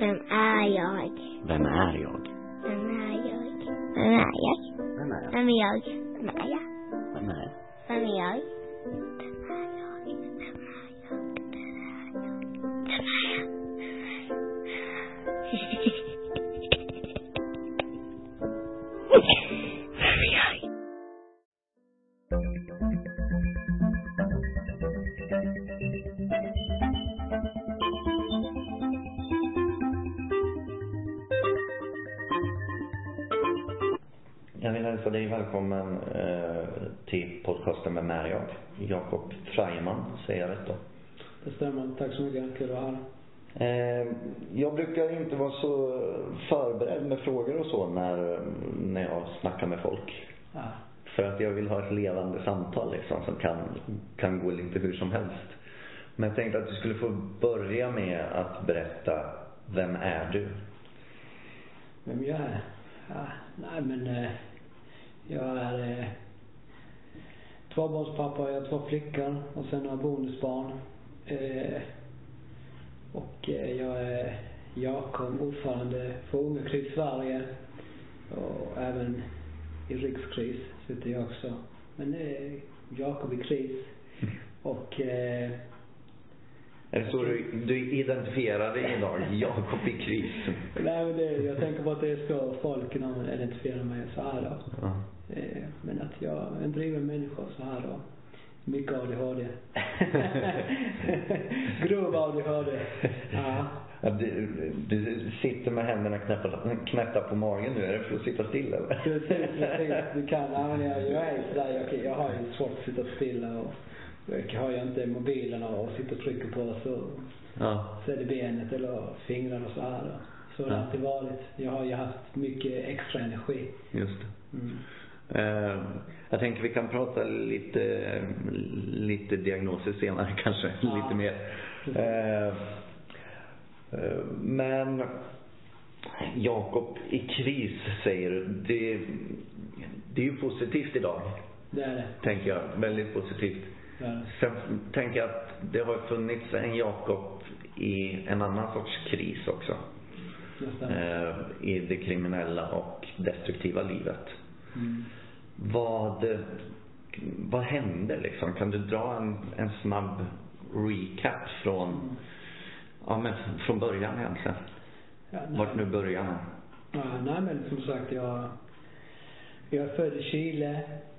Vem är jag? Vem är jag? Vem är jag? Vem är jag? Vem är jag? Vem är jag? Vem är jag? Vem är jag? Vem är jag? Jag vill hälsa dig välkommen till podcasten Vem är jag? Jakob Freiman, säger jag rätt då? Det stämmer, tack så mycket, kul att höra. Jag brukar inte vara så förberedd med frågor och så när jag snackar med folk. Ja. För att jag vill ha ett levande samtal liksom, som kan gå lite hur som helst. Men jag tänkte att du skulle få börja med att berätta, vem är du? Vem jag är? Ja, nej men jag är tvåbarnspappa, jag har 2 flickor och sen några bonusbarn. Och jag är Jakob, ordförande för Unga Kris Sverige, och även i Rikskris sitter jag också. Men Jakob i kris. Och är det så du identifierar dig idag? Jakob i kris. Nej, men jag tänker på att det är så folk identifierar mig så här då. Ja. Men att jag är en driven människa så här då. Mycket ADHD. Grov ADHD. Ja. Du sitter med händerna knäppta på magen nu. Är det för att sitta stilla eller? Precis. Du kan. Ja, men jag är sådär. Jag har ju svårt att sitta stilla och jag har ju inte mobilen och sitter och trycker på så är det benet eller fingrarna och så här. Så har det alltid varit. Jag har ju haft mycket extra energi. Just det. Jag tänker vi kan prata lite diagnoser senare kanske. Ja. Lite mer. Men Jakob i kris säger du. Det är ju positivt idag. Det är det. Tänker jag. Väldigt positivt. Sen tänker jag att det har funnits en Jakob i en annan sorts kris också. I det kriminella och destruktiva livet. Vad hände liksom? Kan du dra en snabb recap från början egentligen? Vart nu början? Ja, nej men som sagt jag är född i Chile.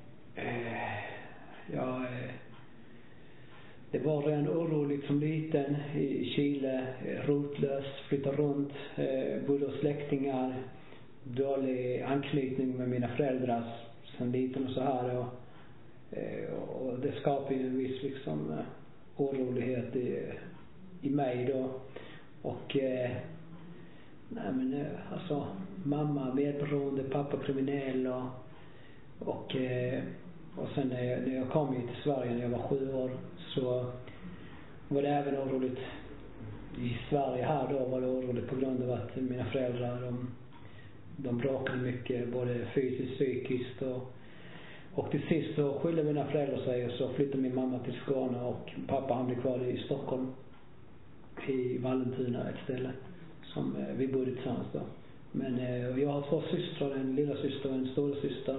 Det var redan oroligt som liten i Chile, rotlös, flyttade runt, bodde hos släktingar, dålig anknytning med mina föräldrar sen liten och så här och det skapade ju en viss liksom orolighet i mig då och alltså mamma medberoende, pappa kriminell och sen när jag kom hit till Sverige när jag var 7 år så var det även oroligt i Sverige här då, var det oroligt på grund av att mina föräldrar de bråkade mycket både fysiskt, psykiskt och till sist så skilde mina föräldrar sig och så flyttade min mamma till Skåne och pappa han blev kvar i Stockholm i Vallentuna, ett ställe som vi bodde tillsammans då. Men jag har 2 systrar, en lilla syster och en stora syster.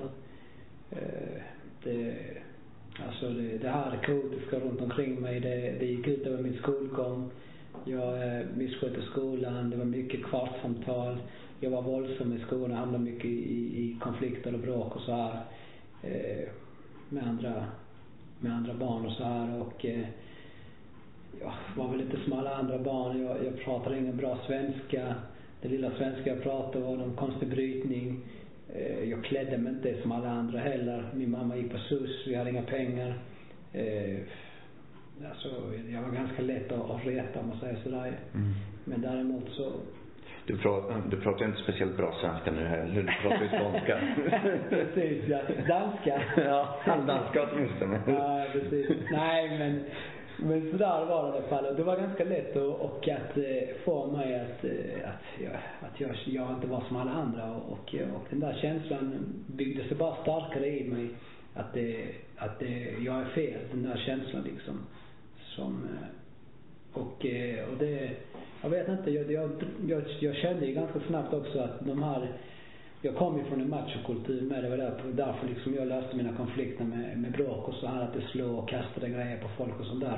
Det här kaotiska runt omkring mig, det gick ut över min skolgång. Jag misskötte skolan, det var mycket kvartssamtal. Jag var våldsam i skolan, hamnade mycket i konflikter och bråk och så här med andra barn och så här och jag var väl inte som alla andra barn. Jag pratade ingen bra svenska. Det lilla svenska jag pratade var någon konstig brytning. Jag klädde mig inte som alla andra heller. Min mamma gick på SUS, vi hade inga pengar. Alltså, jag var ganska lätt att reta om man säger sådär. Men däremot så... Du pratar inte speciellt bra svenska nu heller. Du pratar ju skånska. Precis, ja. Danska. Ja, danska åtminstone. Ja, precis. Nej, men sådär var det i alla fall. Och det var ganska lätt och att få mig att jag inte var som alla andra. Och den där känslan byggde sig bara starkare i mig. Att jag är fel, den där känslan liksom. Och det Jag vet inte, jag kände ju ganska snabbt också att de här, jag kom ju från en machokultur med det, var därför liksom jag löste mina konflikter med bråk och så här, att det slå och kastade grejer på folk och sånt där.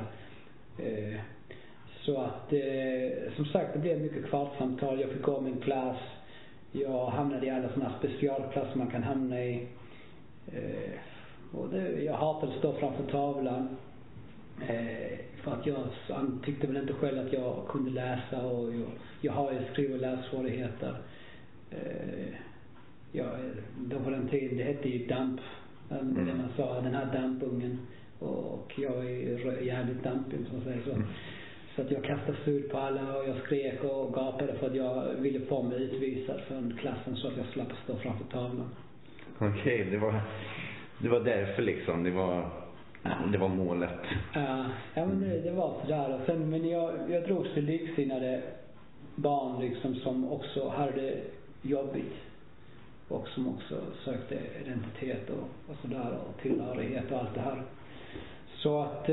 Så att som sagt, det blev mycket kvartssamtal. Jag fick gå min klass. Jag hamnade i alla såna specialklasser man kan hamna i. Och jag hatade att stå framför tavlan. För att jag tyckte väl inte själv att jag kunde läsa, och jag har ju skriv- och lässvårigheter. Då på den tiden, det hette ju damp. Det är det man sa, den här dampungen. Och jag är jävligt dampig, som säger så. Så att jag kastade sur på alla och jag skrek och gapade för att jag ville få mig utvisad från klassen så att jag slapp stå framför tavlan. Okej, det var därför liksom, det var målet. Ja, men det var sådär. Och sen, men jag drogs till liksinnade barn liksom, som också hade jobbigt och som också sökte identitet och sådär, och tillhörighet och allt det här. Så att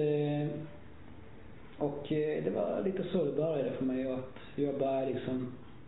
och det var lite så det började för mig, att jag började liksom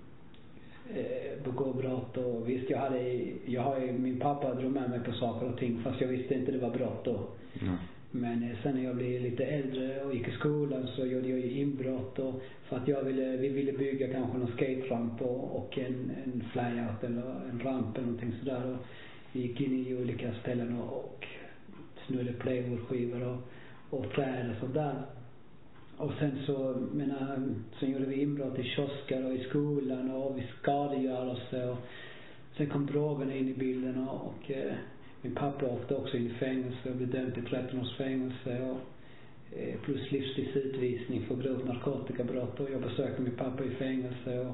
begå brott. Och visst, jag har ju, min pappa drog med mig på saker och ting, fast jag visste inte det var brott då. Men sen när jag blev lite äldre och gick i skolan så gjorde jag ju inbrott, och för att vi ville bygga kanske någon skateramp och en flyout eller en ramp eller någonting sådär, och vi gick in i olika ställen och snurrade playwoodskivor och träd och sådär. Och sen sen gjorde vi inbrott i kiosker och i skolan, och vi skadegörelse, och sen kom drogerna in i bilden, och min pappa åkte också in i fängelse och blev dömd till 13 års fängelse, och plus livstidsutvisning för grovt narkotikabrott, och jag besökte min pappa i fängelse,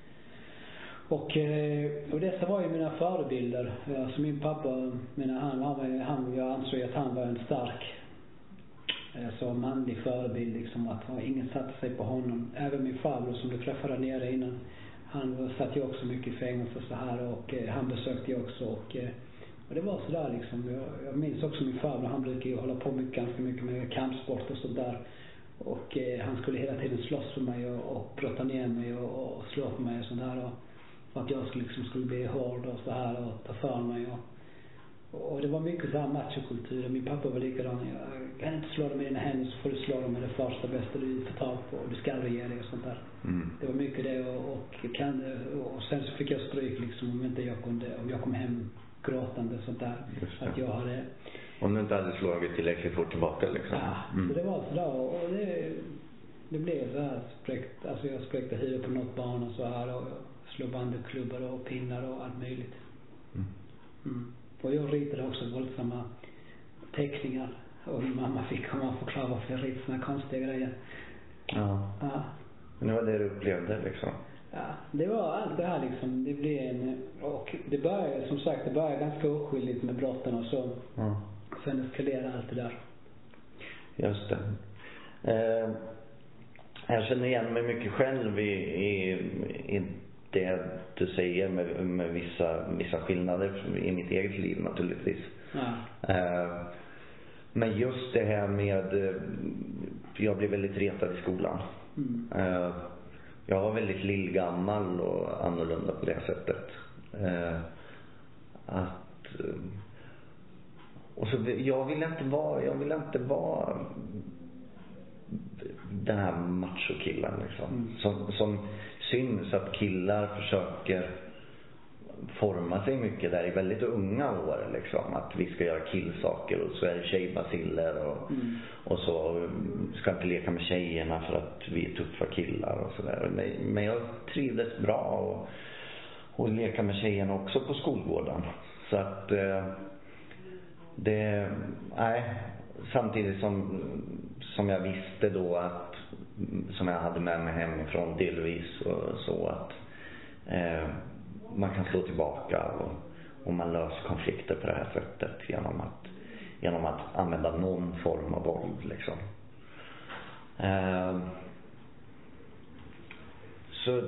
och dessa var ju mina förebilder. Alltså min pappa, jag ansåg att han var en stark, så manlig förebild liksom, att ingen satte sig på honom. Även min farbror som du träffade där nere innan, han satt ju också mycket i fängelse så här, och han besökte ju också, och det var så där liksom. Jag minns också min farbror, han brukade ju hålla på ganska mycket med kampsport och så där, och han skulle hela tiden slåss för mig och brotta ner mig och slå på mig och så där, och för att jag skulle bli hård och så här och ta för mig, och det var mycket så här machokultur. Min pappa var likadan. Jag kan inte slå dem med dina händer, så får du slå dem med det första bästa du får tag på, och du ska aldrig ge dig och sånt där. Det var mycket det, och sen så fick jag stryk liksom om jag kom hem gråtande och sånt där. Att jag hade, om du inte hade slagit tillräckligt fort tillbaka liksom. Ja, så det var sådär, och det blev så här alltså jag spräckte huvudet på något barn och så här, och slog bandyklubbar och pinnar och allt möjligt. Och jag ritade också våldsamma teckningar, och min mamma fick komma och förklara varför jag ritade såna konstiga grejer. Ja. Men det var det du upplevde liksom? Ja, det var allt det här liksom. Det blev och det började ganska oskyldigt med brotten och så. Sen eskalerade allt det där. Just det. Jag känner igen mig mycket själv i det du säger med vissa skillnader i mitt eget liv naturligtvis. Men just det här med, jag blev väldigt retad i skolan. Jag var väldigt lillgammal och annorlunda på det sättet. Och så jag vill inte vara den här machokillen liksom, som syns att killar försöker forma sig mycket där i väldigt unga år liksom, att vi ska göra killsaker, och så är det tjejbaciller och så ska inte leka med tjejerna för att vi är tuffa killar och sådär. Men jag trivdes bra och leka med tjejerna också på skolgården, så att samtidigt som jag visste då att, som jag hade med mig hemifrån delvis, och så att man kan slå tillbaka och man löser konflikter på det här sättet genom att använda någon form av våld liksom. Så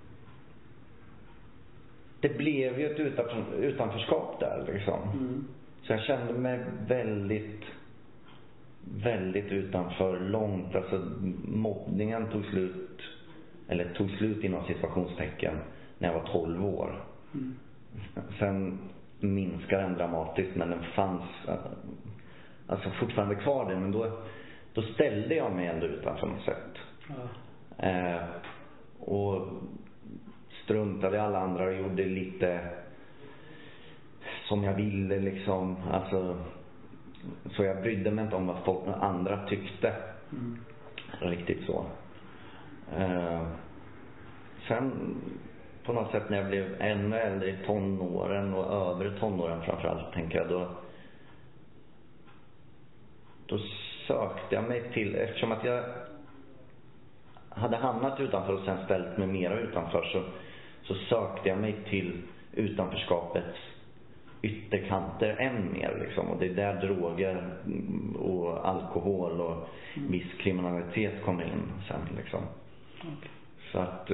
det blev ju ett utanförskap där liksom. Så jag kände mig väldigt väldigt utanför, långt, alltså mobbningen tog slut eller tog slut inom situationstecken när jag var 12 år. Sen minskade den dramatiskt, men den fanns alltså fortfarande kvar det, men då ställde jag mig ändå utanför något sätt. Och struntade i alla andra och gjorde lite som jag ville liksom, alltså, så jag brydde mig inte om vad folk andra tyckte. Riktigt så. Sen på något sätt när jag blev ännu äldre i tonåren och övre tonåren framförallt, tänker jag, då sökte jag mig till, eftersom att jag hade hamnat utanför och sen ställt mig mera utanför, så sökte jag mig till utanförskapets ytterkanter än mer liksom. Och det är där droger och alkohol och viss kriminalitet kommer in sen liksom. Så att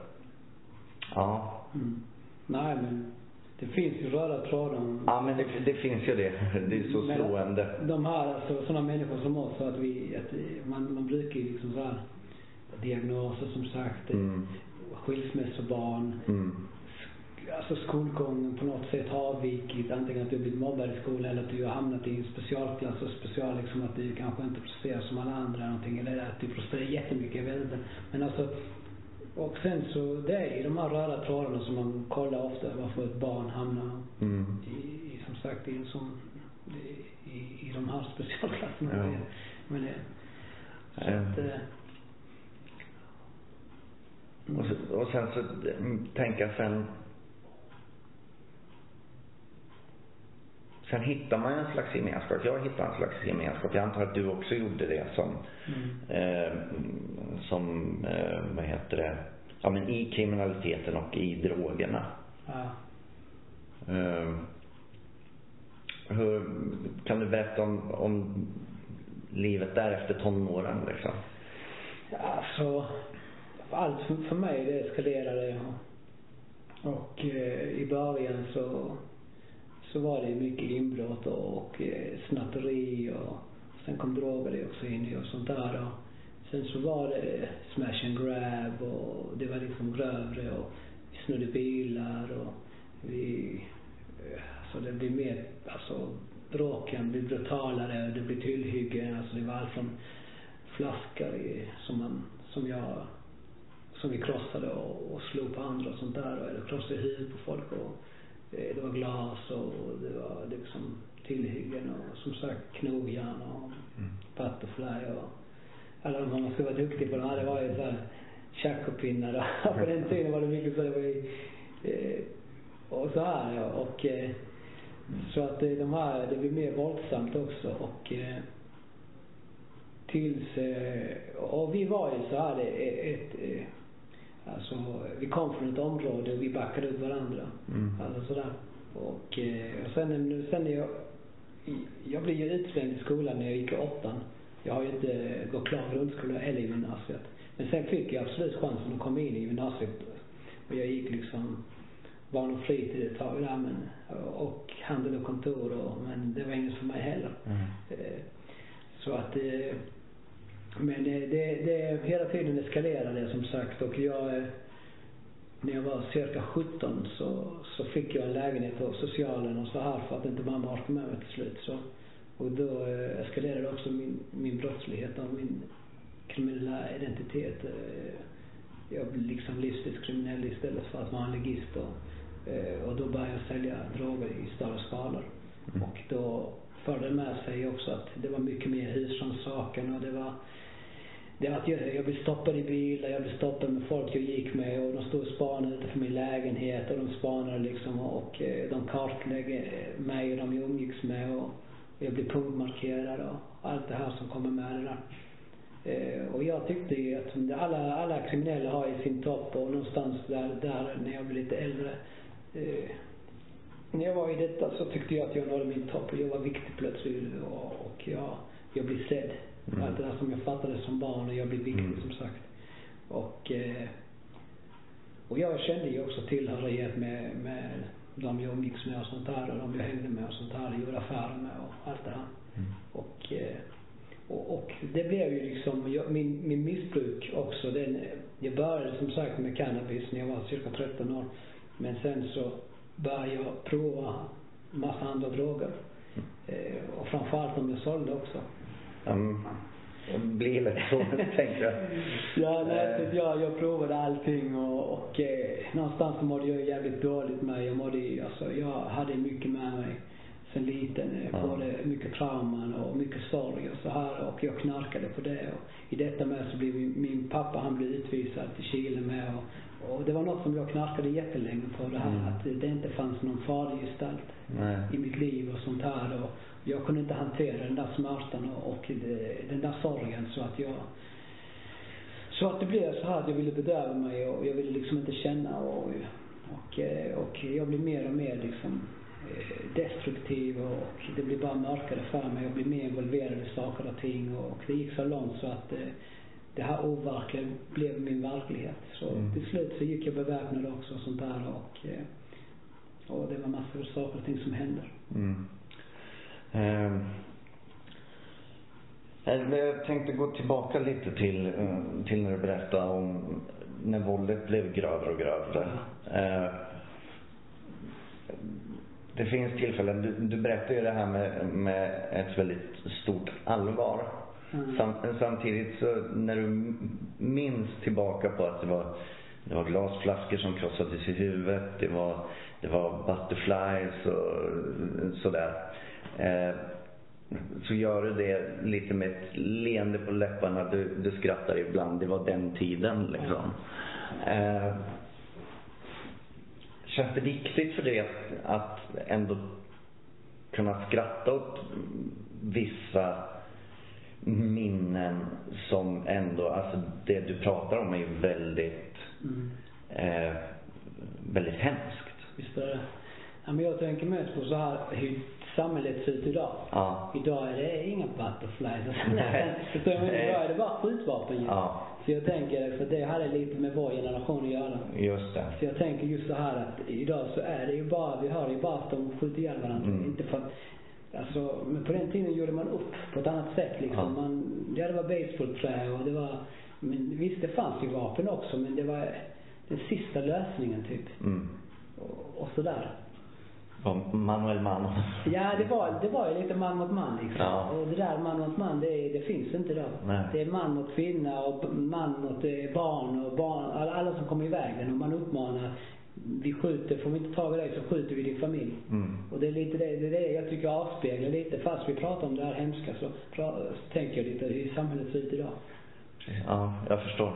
ja. Nej, men det finns ju röda trådar. Ja, men det finns ju det. Det är så slående. De här, alltså, sådana människor som oss, att man brukar ju liksom så här diagnoser, som sagt, skilsmässobarn, alltså skolgången på något sätt har avvikit, antingen att du blivit mobbad i skolan eller att du har hamnat i en specialklass och liksom att du kanske inte presterar som alla andra någonting, eller att du presterar jättemycket, jag vet inte. Men alltså, och sen så det är de här röda trådarna som man kollar ofta, varför ett barn hamnar i som sagt i en sån i de här specialklasserna. Men så att och sen så tänker jag sen hittar man en slags gemenskap. Jag hittar en slags gemenskap. Jag antar att du också gjorde det som vad heter det? Ja, men i kriminaliteten och i drogerna. Ja. Hur kan du berätta om livet där efter tonåren liksom? Alltså, allt för mig det eskalerade, och i början så var det mycket inbrott och snatteri, och sen kom droger det också in i och sånt där, och sen så var det smash and grab, och det var liksom grövre, och vi snodde bilar, och alltså det blir mer, alltså bråken blir brutalare, och det blir tillhyggen, alltså det var allt från flaskor som vi krossade och slog på andra och sånt där, eller krossade huvudet på folk, och det var glas, och det var liksom tillhyggen, och som sagt knogjärn och butterfly och alla de här. Man ska vara duktig på det här. Det var ju så här tjackopinnar, och på den tiden var det mycket så, det var ju och så här, ja. Och så att de här, det blir mer våldsamt också, och och vi var ju så här alltså vi kom från ett område och vi backade upp varandra, alltså sådär, och sen när jag blev ju utslängd i skolan när jag gick i 8:an. Jag har ju inte gått klar grundskola eller gymnasiet, men sen fick jag absolut chansen att komma in i gymnasiet, och jag gick liksom barn och fritid ett tag där, och handel och kontor, men det var inget för mig heller. Så att men det hela tiden eskalerade, som sagt, och när jag var cirka 17 så fick jag en lägenhet på socialen och så här, för att inte mamma orkade med mig till slut, så, och då eskalerade också min brottslighet och min kriminella identitet. Jag blev liksom livstidskriminell istället för att vara en legist, och då började jag sälja droger i större skalor, och då förde det med sig också att det var mycket mer husrannsakan, och det var att jag blev stoppad i bilar, jag blev stoppad med folk jag gick med, och de stod och spanade utanför min lägenhet, och de spanade liksom, och de kartlägger mig och de jag umgicks med, och jag blev punktmarkerad och allt det här som kommer med det där. Och jag tyckte ju att alla kriminella har ju sin topp, och någonstans där när jag blev lite äldre, när jag var i detta, så tyckte jag att jag nådde min topp, och jag var viktig plötsligt, och jag blev sedd. Allt det där som jag fattade som barn, och jag blev viktig, som sagt. Och jag kände ju också tillhörighet med de jag umgicks med och sånt där, och de jag hängde med och sånt där, gjorde affärer med och allt det här. Och det blev ju liksom min missbruk också, jag började som sagt med cannabis när jag var cirka 13 år. Men sen så började jag prova massa andra droger. Och framförallt om jag sålde också. Blir det så, tänker jag. Ja, nej, jag provade allting och någonstans så mådde jag jävligt dåligt med. Jag hade mycket med mig sen liten. Både mycket trauman och mycket sorg och så här. Och jag knarkade på det. Och i detta med så blev min pappa, han blev utvisad till Chile med. Och det var något som jag knarkade jättelänge på det här. Att det inte fanns någon farlig gestalt i mitt liv och sånt här. Och jag kunde inte hantera den där smärtan och den där sorgen så att det blev så här att jag ville bedöva mig och jag ville liksom inte känna och jag blev mer och mer liksom destruktiv och det blev bara mörkare för mig. Jag blev mer involverad i saker och ting och det gick så långt så att det här overkliga blev min verklighet. Så till slut så gick jag beväpnad också och sånt där och det var massor av saker och ting som händer. Jag tänkte gå tillbaka lite till när du berättade om när våldet blev grövre och grövre. Det finns tillfällen, du berättar ju det här med ett väldigt stort allvar. Samtidigt så när du minns tillbaka på att det var glasflaskor som krossades i huvudet, det var butterflies och sådär. Så gör du det lite med ett leende på läpparna, du skrattar ibland, det var den tiden liksom. Känns det viktigt för dig att ändå kunna skratta åt vissa minnen som ändå, alltså det du pratar om är ju väldigt väldigt hemskt. Visst är det. Ja, men jag tänker mest på så här hur samhället ser ut idag. Idag är det inga butterflies. Idag är det bara skjutvapen. Så jag tänker att det hade lite med vår generation att göra. Just det. Så jag tänker just så här att idag så är det ju bara, vi hör ju bara att de skjuter ihjäl varandra. Inte för alltså, men på den tiden gjorde man upp på ett annat sätt liksom. Det var baseballträ och det var, men visst det fanns ju vapen också, men det var den sista lösningen typ. Och sådär. Man och man. Ja, det var ju lite man mot man liksom. Och det där man mot man, det finns inte idag. Det är man mot kvinna och man mot barn, alla som kommer i vägen och man uppmanar, vi skjuter, får vi inte ta dig så skjuter vi din familj. Och det är lite det jag tycker avspeglar lite, fast vi pratar om det här hemska så tänker jag lite hur samhället ser ut idag. Ja, jag förstår.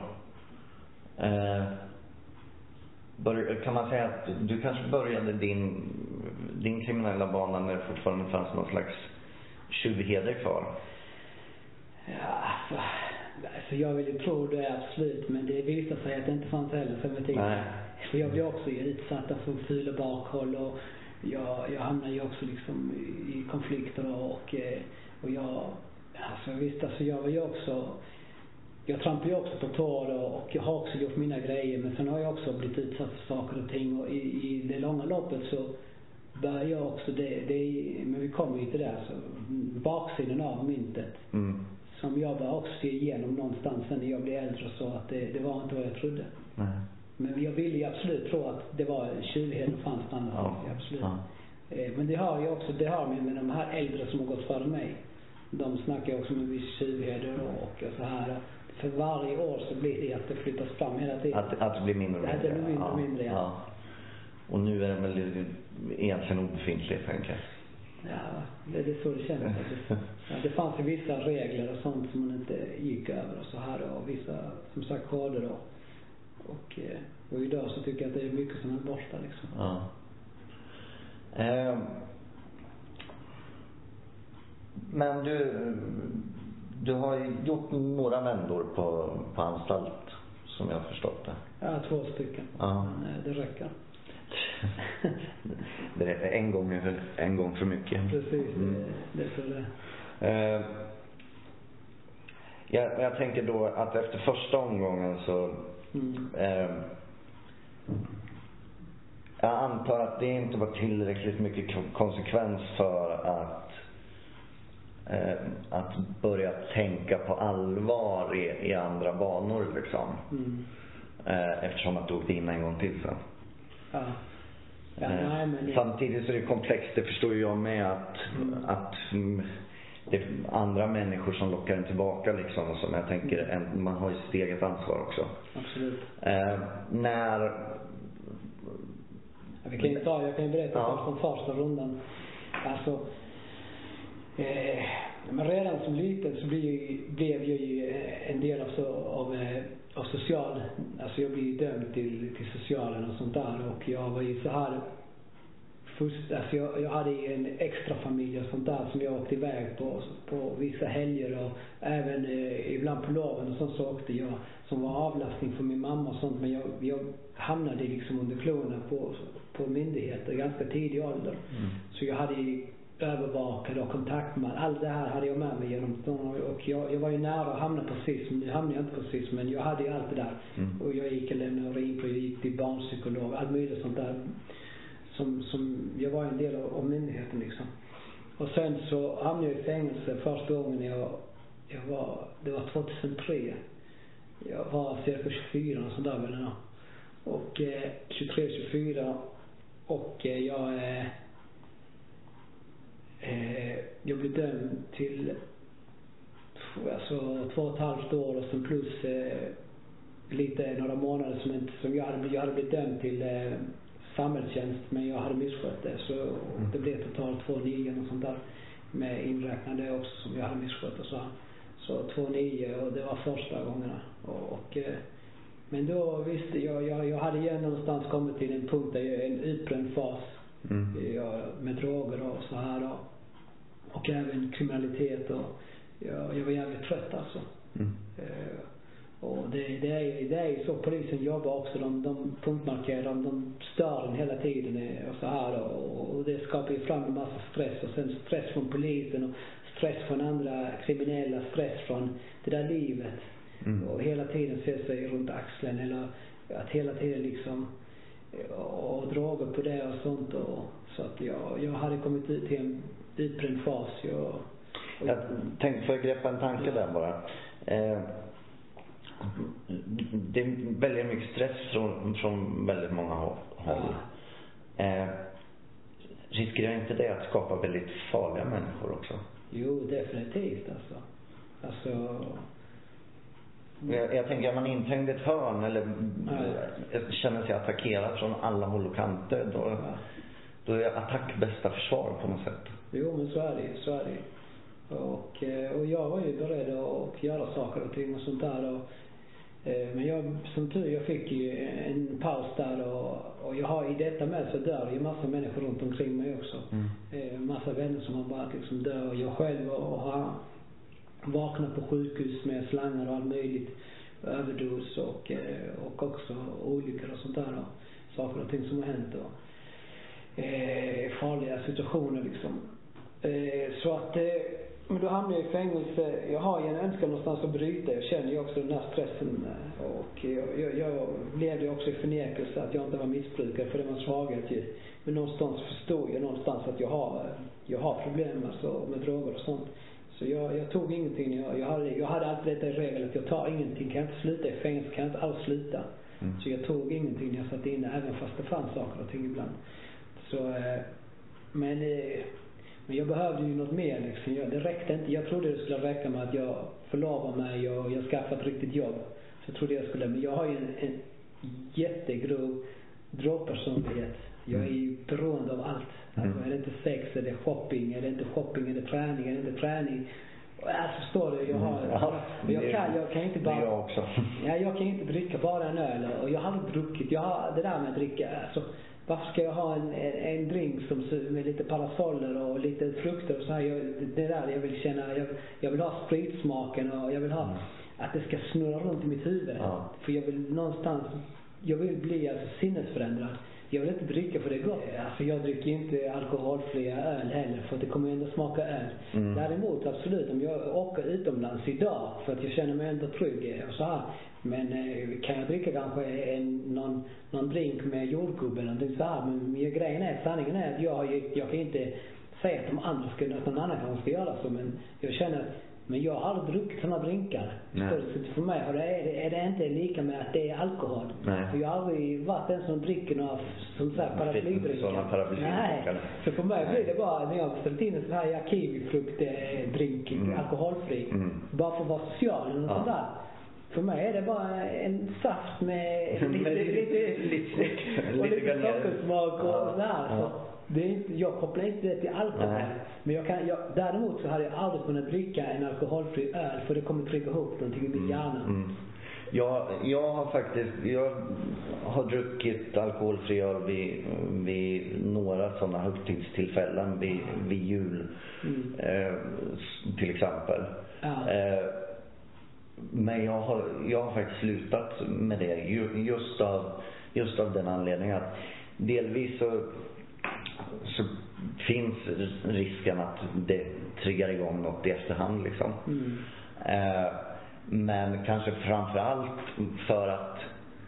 Kan man säga att du kanske började din kriminella bana när det fortfarande fanns någon slags tjuvheder kvar? Ja, alltså jag vill ju tro det absolut, men det visar sig att det inte fanns heller för mig. För jag blev också utsatt för fula bakhåll och jag hamnade ju också liksom i konflikter och jag, alltså visst, alltså jag var ju också, jag trampar ju också på tår och jag har också gjort mina grejer, men sen har jag också blivit utsatt för saker och ting och i det långa loppet så börjar jag också men vi kommer ju till det, så baksidan av myntet som jag bara också ser igenom någonstans sen när jag blir äldre, så att det var inte vad jag trodde. Men jag ville ju absolut tro att det var tjuvhet och fanns annars, absolut. Men det har ju också, det har med de här äldre som har gått före mig, de snackar ju också om en viss tjuvheder och så här. För varje år så blir det att det flyttas fram hela tiden. Att det blir mindre och mindre. Det blir mindre och mindre, ja. Och nu är det väl egentligen obefintligt, tänker jag. Ja, det är så det känns faktiskt. Ja, det fanns ju vissa regler och sånt som man inte gick över och så här, och vissa, som sagt, koder då. Och idag så tycker jag att det är mycket som är borta liksom. Men du har ju gjort några vändor på anstalt, som jag har förstått det. Ja, 2 stycken. Men det räcker. Det är en gång för mycket. Precis, det är så det. Jag tänker då att efter första omgången så jag antar att det inte var tillräckligt mycket konsekvens för att börja tänka på allvar i andra banor liksom. eftersom att du åkte in en gång till sen. Ja. Ja, nej, men samtidigt så är det komplext, det förstår ju jag med att det är andra människor som lockar en tillbaka liksom, och som jag tänker man har ju sitt eget ansvar också. Absolut. När jag kan ju berätta från första rundan. Alltså men redan som liten så blev jag ju en del av social, alltså jag blev dömd till socialen och sånt där, och jag var ju så här alltså jag hade en extra familj och sånt där som jag åkte iväg på vissa helger, och även ibland på loven och sånt så åkte jag, som var avlastning för min mamma och sånt, men jag hamnade liksom under klorna på myndigheter ganska tidig ålder. Så jag hade övervakade och kontakt med allt det här hade jag med mig genom, och jag var ju nära att hamna på SIS, nu hamnade jag inte på SIS, men jag hade ju allt det där. Och jag gick och lämnade urinprov, jag gick till barnpsykolog, allt möjligt sånt där som jag var en del av myndigheten liksom. Och sen så hamnade jag i fängelse första gången det var 2003. Jag var cirka 24 och sådär väl då. Och 23-24, och jag blev dömd till alltså 2,5 år, och sen plus lite några månader som jag hade blivit dömd till samhällstjänst, men jag hade misskött det, så det blev totalt 2,9 och sånt där, med inräknande också som jag hade misskött och så 2,9, och det var första gångerna, och men då visste jag hade igen någonstans kommit till en punkt där jag är en utbränd fas med droger och så här då. Och även kriminalitet, och jag var jävligt trött alltså. Och det är ju så polisen jobbar också, de punktmarkerar, de stör den hela tiden och så här då, och det skapar ju fram en massa stress, och sen stress från polisen och stress från andra kriminella, stress från det där livet. Och hela tiden se sig runt axeln, eller att hela tiden liksom och droger på det och sånt, och så att jag hade kommit ut till en utbränd fas. Jag tänkte få greppa en tanke där bara. Det är väldigt mycket stress från väldigt många håll. Riskerar inte det att skapa väldigt farliga människor också? Jo, definitivt alltså jag tänker att man inträngde ett hörn eller känner sig attackerad från alla håll och kanter, då är attack bästa försvar på något sätt. Jo, men så är det. Och jag var ju beredd att göra saker och ting och sånt där, men jag fick ju en paus där, och jag har i detta med så dör ju massa människor runt omkring mig också. Massa vänner som har bara liksom dör, och jag själv har vaknat på sjukhus med slangar och allt möjligt, överdos och också olyckor och sånt där, och saker och ting som har hänt, och farliga situationer liksom. Så att men då hamnar jag i fängelse. Jag har ju en önskan någonstans att bryta. Jag känner ju också den här stressen, och jag levde också i förnekelse att jag inte var missbrukare, för det var svaghet ju. Men någonstans förstod jag att jag har problem alltså med droger och sånt. Så jag tog ingenting. Jag hade alltid detta i regel att jag tar ingenting. Kan jag inte sluta i fängelse, kan jag inte alls sluta. Så jag tog ingenting när jag satt inne, även fast det fanns saker och ting ibland. Så men jag behövde ju något mer liksom. Det räckte inte. Jag trodde det skulle räcka med att jag förlovade mig och jag skaffade ett riktigt jobb. Så trodde jag skulle. Men jag har ju en jättegrov drogpersonlighet. Jag är ju beroende av allt. Alltså, är det inte sex, är det shopping, är det inte shopping, är det träning, är det inte träning. Jag förstår det. Jag kan inte bara. Jag också. Jag kan inte dricka bara en öl, och jag har aldrig druckit. Det där med att dricka, alltså, varför ska jag ha en drink med lite parasoller och lite frukter och så här? Det där jag vill känna, jag vill ha spritsmaken, och jag vill ha att det ska snurra runt i mitt huvud. För jag vill bli alltså sinnesförändrad. Jag vill inte dricka för det är gott. Alltså jag dricker inte alkoholfria öl heller, för det kommer ändå smaka öl. Däremot absolut, om jag åker utomlands idag för att jag känner mig ändå trygg och så här. Men kan jag dricka kanske någon drink med jordgubbe eller någonting så här. Men grejen är, sanningen är att jag kan inte säga att någon annan kanske ska göra så. Men jag känner att Men jag har aldrig druckit sådana drinkar. Så för mig är det inte lika med att det är alkohol. Nej. För jag har aldrig varit en som dricker några som sagt paraplydrinkar. Nej. Så för mig blir det bara när jag ställt in en sån här kiwifruktdrink, alkoholfri. Bara för att vara social eller något sånt där. För mig är det bara en saft med lite sockersmak och sådär. Så det är inte, jag kopplar inte det till alkohol. Men däremot så hade jag aldrig kunnat dricka en alkoholfri öl, för det kommer trycka ihop någonting i min hjärna. Jag har druckit alkoholfri öl vid några sådana högtidstillfällen, vid jul till exempel. Men jag har faktiskt slutat med det just av den anledningen att delvis så finns risken att det triggar igång något i efterhand liksom. Men kanske framförallt för att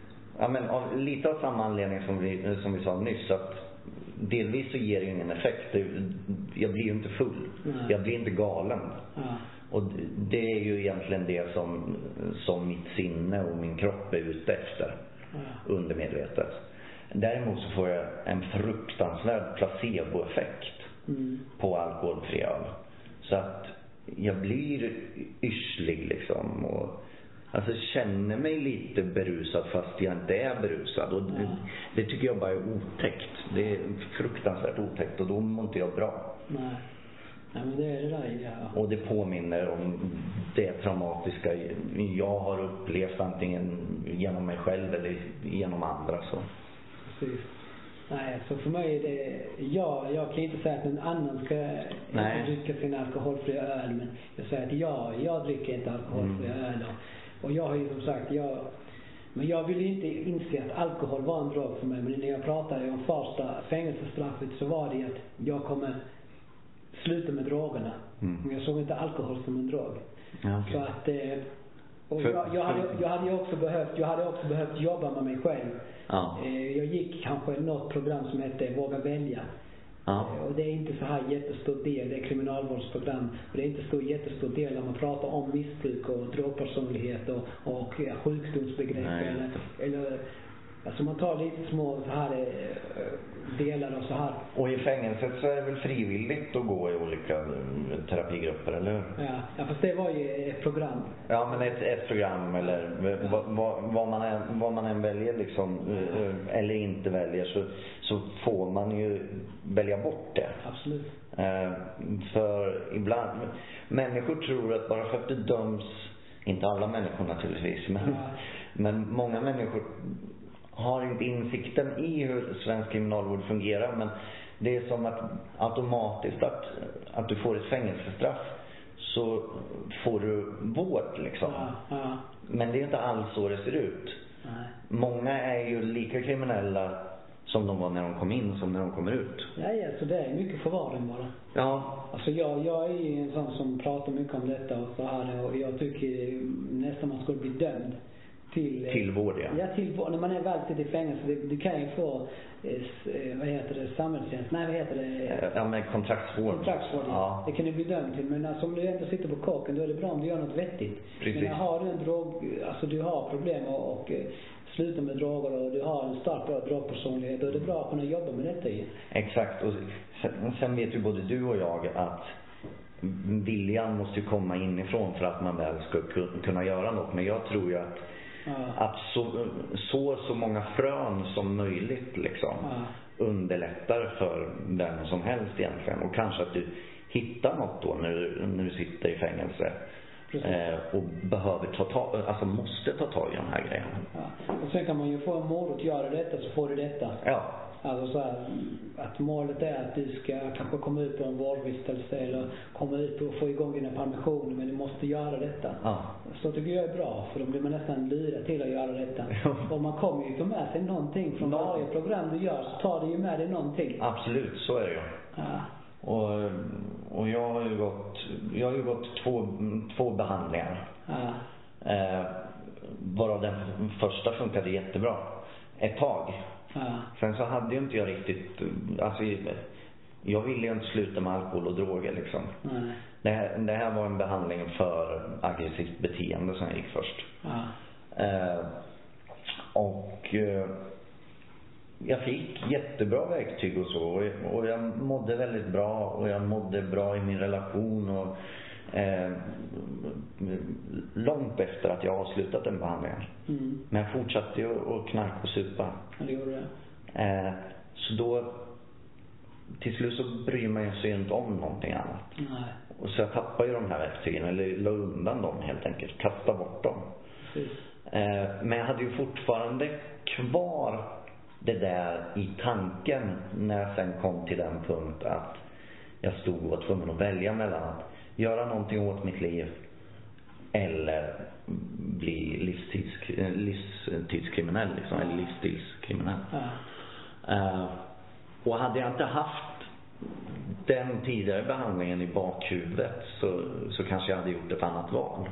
lite av samma anledning som vi sa nyss, att delvis så ger det ingen effekt. Jag blir ju inte full. Jag blir inte galen. Och det är ju egentligen det som mitt sinne och min kropp är ute efter undermedvetet. Däremot så får jag en fruktansvärd placeboeffekt på alkoholfri öl. Så att jag blir yrslig liksom, och alltså känner mig lite berusad fast jag inte är berusad. Och det tycker jag bara är otäckt. Det är fruktansvärt otäckt, och då mår inte jag bra. Nej, men det är det där, ja. Och det påminner om det traumatiska jag har upplevt, antingen genom mig själv eller genom andra. Så. Precis. Nej, så för mig är det, jag kan inte säga att någon annan ska dricka sin alkoholfria öl, men jag säger att jag dricker inte alkoholfria öl. Och jag har ju som sagt, men jag ville inte inse att alkohol var en drog för mig. Men när jag pratade om första fängelsestraffet så var det att jag kommer sluta med drogerna. Men jag såg inte alkohol som en drog. Ja, okay. Så att och jag hade också behövt jobba med mig själv. Jag gick kanske något program som hette Våga välja. Och det är inte så här jättestor del, det är kriminalvårdsprogram, och det är inte så jättestor del när man pratar om missbruk och drogpersonlighet och sjukdomsbegrepp eller alltså man tar lite små så här delar och så här. Och i fängelset så är det väl frivilligt att gå i olika terapigrupper, eller? Ja, fast det var ju ett program. Ja, men ett program, eller vad man än väljer liksom, eller inte väljer, så får man ju välja bort det. Absolut. För ibland människor tror att bara för att det döms, inte alla människor naturligtvis, men många människor har inte insikten i hur svensk kriminalvård fungerar, men det är som att automatiskt att du får ett fängelsestraff så får du vård liksom. Men det är inte alls så det ser ut. Många är ju lika kriminella som de var när de kom in som när de kommer ut. Ja, så det är mycket förvaring bara. Ja. Alltså jag är ju en sån som pratar mycket om detta och så här, och jag tycker nästan man skulle bli dömd till vård, ja. Till vård. När man är väl till fängelse, du kan ju få samhällstjänst. Nej, vad heter det? Ja, men kontraktsvård. Ja. Det kan du bli dömd till, men alltså, om du ändå sitter på kåken, då är det bra om du gör något vettigt. Precis. Men har du en drog, alltså du har problem och sluta med droger och du har en stark drogpersonlighet, då är det bra att kunna jobba med detta i. Exakt, och sen vet ju både du och jag att viljan måste ju komma inifrån för att man väl ska kunna göra något. Men jag tror ju att så många frön som möjligt liksom underlättar för vem som helst egentligen. Och kanske att du hittar något då när du sitter i fängelse. Och behöver måste ta tag i de här grejerna. Och sen kan man ju få en morot att göra detta, så får du detta. Alltså så här, att målet är att du ska kanske komma ut på en vårdvistelse eller komma ut och få igång dina permissioner, men du måste göra detta. Så tycker jag är bra, för då blir man nästan lurad till att göra detta. Och man kommer ju få med sig någonting från varje program du gör, så tar du ju med dig någonting. Absolut, så är det ju. Och jag har ju gått två behandlingar. Varav den första funkade jättebra ett tag. Sen så hade ju inte jag riktigt, alltså jag ville ju inte sluta med alkohol och droger liksom. Nej. Det här var en behandling för aggressivt beteende som jag gick först. Ja. Jag fick jättebra verktyg och så, och jag mådde väldigt bra, och jag mådde bra i min relation, och långt efter att jag avslutat den behandlingen. Men jag fortsatte ju att knarka och supa. Ja, det gjorde det. Så då till slut så bryr man sig inte om någonting annat. Nej. Och så jag tappade ju de här verktygen, eller la undan dem helt enkelt, kastade bort dem. Men jag hade ju fortfarande kvar det där i tanken när jag sen kom till den punkt att jag stod och var tvungen att välja mellan att göra någonting åt mitt liv eller bli livstidskriminell liksom, eller livsstilskriminell. Och hade jag inte haft den tidigare behandlingen i bakhuvudet så kanske jag hade gjort ett annat val.